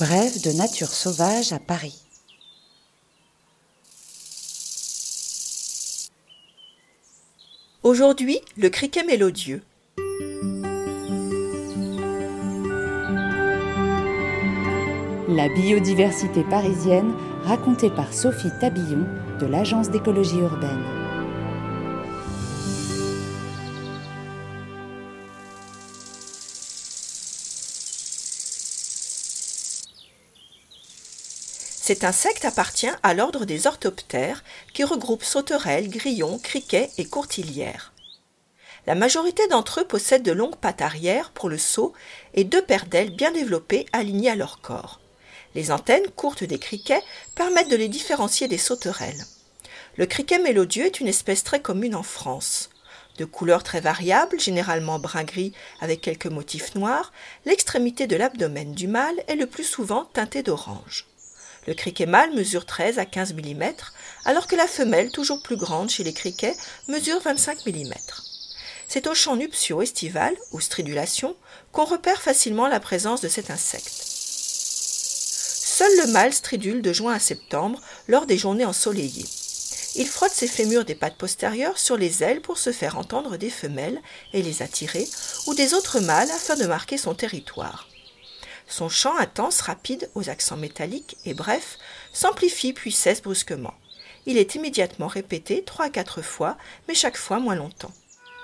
Brève de nature sauvage à Paris. Aujourd'hui, le criquet mélodieux. La biodiversité parisienne racontée par Sophie Tabillon de l'Agence d'écologie urbaine. Cet insecte appartient à l'ordre des orthoptères qui regroupe sauterelles, grillons, criquets et courtilières. La majorité d'entre eux possèdent de longues pattes arrière pour le saut et deux paires d'ailes bien développées alignées à leur corps. Les antennes courtes des criquets permettent de les différencier des sauterelles. Le criquet mélodieux est une espèce très commune en France. De couleur très variable, généralement brun-gris avec quelques motifs noirs, l'extrémité de l'abdomen du mâle est le plus souvent teintée d'orange. Le criquet mâle mesure 13 à 15 mm, alors que la femelle, toujours plus grande chez les criquets, mesure 25 mm. C'est aux chants nuptiaux estivales, ou stridulation, qu'on repère facilement la présence de cet insecte. Seul le mâle stridule de juin à septembre lors des journées ensoleillées. Il frotte ses fémurs des pattes postérieures sur les ailes pour se faire entendre des femelles et les attirer, ou des autres mâles afin de marquer son territoire. Son chant intense, rapide, aux accents métalliques et brefs, s'amplifie puis cesse brusquement. Il est immédiatement répété 3 à 4 fois, mais chaque fois moins longtemps.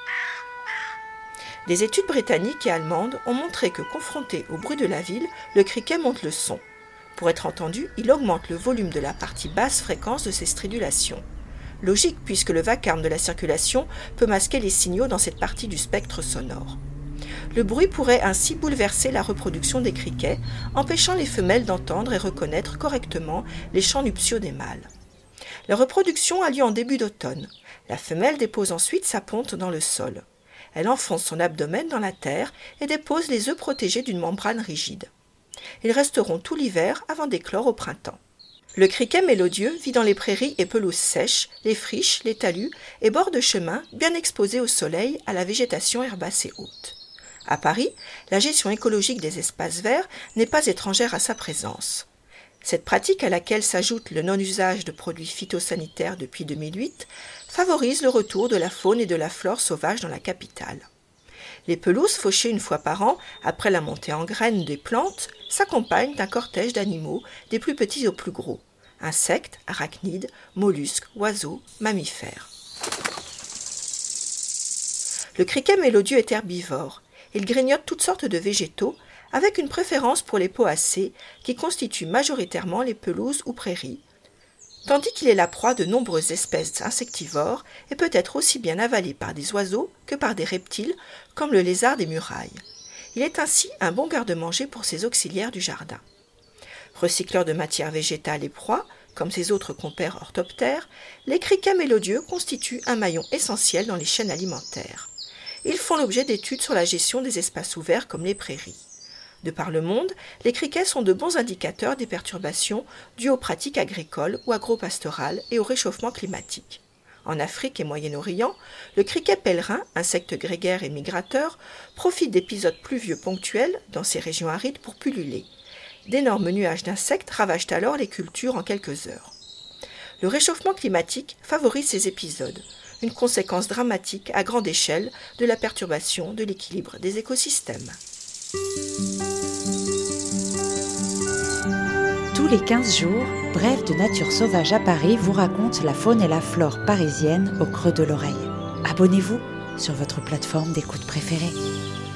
Des études britanniques et allemandes ont montré que, confronté au bruit de la ville, le criquet monte le son. Pour être entendu, il augmente le volume de la partie basse fréquence de ses stridulations. Logique, puisque le vacarme de la circulation peut masquer les signaux dans cette partie du spectre sonore. Le bruit pourrait ainsi bouleverser la reproduction des criquets, empêchant les femelles d'entendre et reconnaître correctement les chants nuptiaux des mâles. La reproduction a lieu en début d'automne. La femelle dépose ensuite sa ponte dans le sol. Elle enfonce son abdomen dans la terre et dépose les œufs protégés d'une membrane rigide. Ils resteront tout l'hiver avant d'éclore au printemps. Le criquet mélodieux vit dans les prairies et pelouses sèches, les friches, les talus et bords de chemins bien exposés au soleil à la végétation herbacée haute. À Paris, la gestion écologique des espaces verts n'est pas étrangère à sa présence. Cette pratique, à laquelle s'ajoute le non-usage de produits phytosanitaires depuis 2008, favorise le retour de la faune et de la flore sauvage dans la capitale. Les pelouses fauchées une fois par an, après la montée en graines des plantes, s'accompagnent d'un cortège d'animaux, des plus petits aux plus gros, insectes, arachnides, mollusques, oiseaux, mammifères. Le criquet mélodieux est herbivore. Il grignote toutes sortes de végétaux, avec une préférence pour les poacées, qui constituent majoritairement les pelouses ou prairies, tandis qu'il est la proie de nombreuses espèces insectivores et peut être aussi bien avalé par des oiseaux que par des reptiles, comme le lézard des murailles. Il est ainsi un bon garde-manger pour ses auxiliaires du jardin. Recycleurs de matières végétales et proies, comme ses autres compères orthoptères, les criquets mélodieux constituent un maillon essentiel dans les chaînes alimentaires. Ils font l'objet d'études sur la gestion des espaces ouverts comme les prairies. De par le monde, les criquets sont de bons indicateurs des perturbations dues aux pratiques agricoles ou agro-pastorales et au réchauffement climatique. En Afrique et Moyen-Orient, le criquet pèlerin, insecte grégaire et migrateur, profite d'épisodes pluvieux ponctuels dans ces régions arides pour pulluler. D'énormes nuages d'insectes ravagent alors les cultures en quelques heures. Le réchauffement climatique favorise ces épisodes, une conséquence dramatique à grande échelle de la perturbation de l'équilibre des écosystèmes. Tous les 15 jours, Brève de nature sauvage à Paris vous raconte la faune et la flore parisienne au creux de l'oreille. Abonnez-vous sur votre plateforme d'écoute préférée.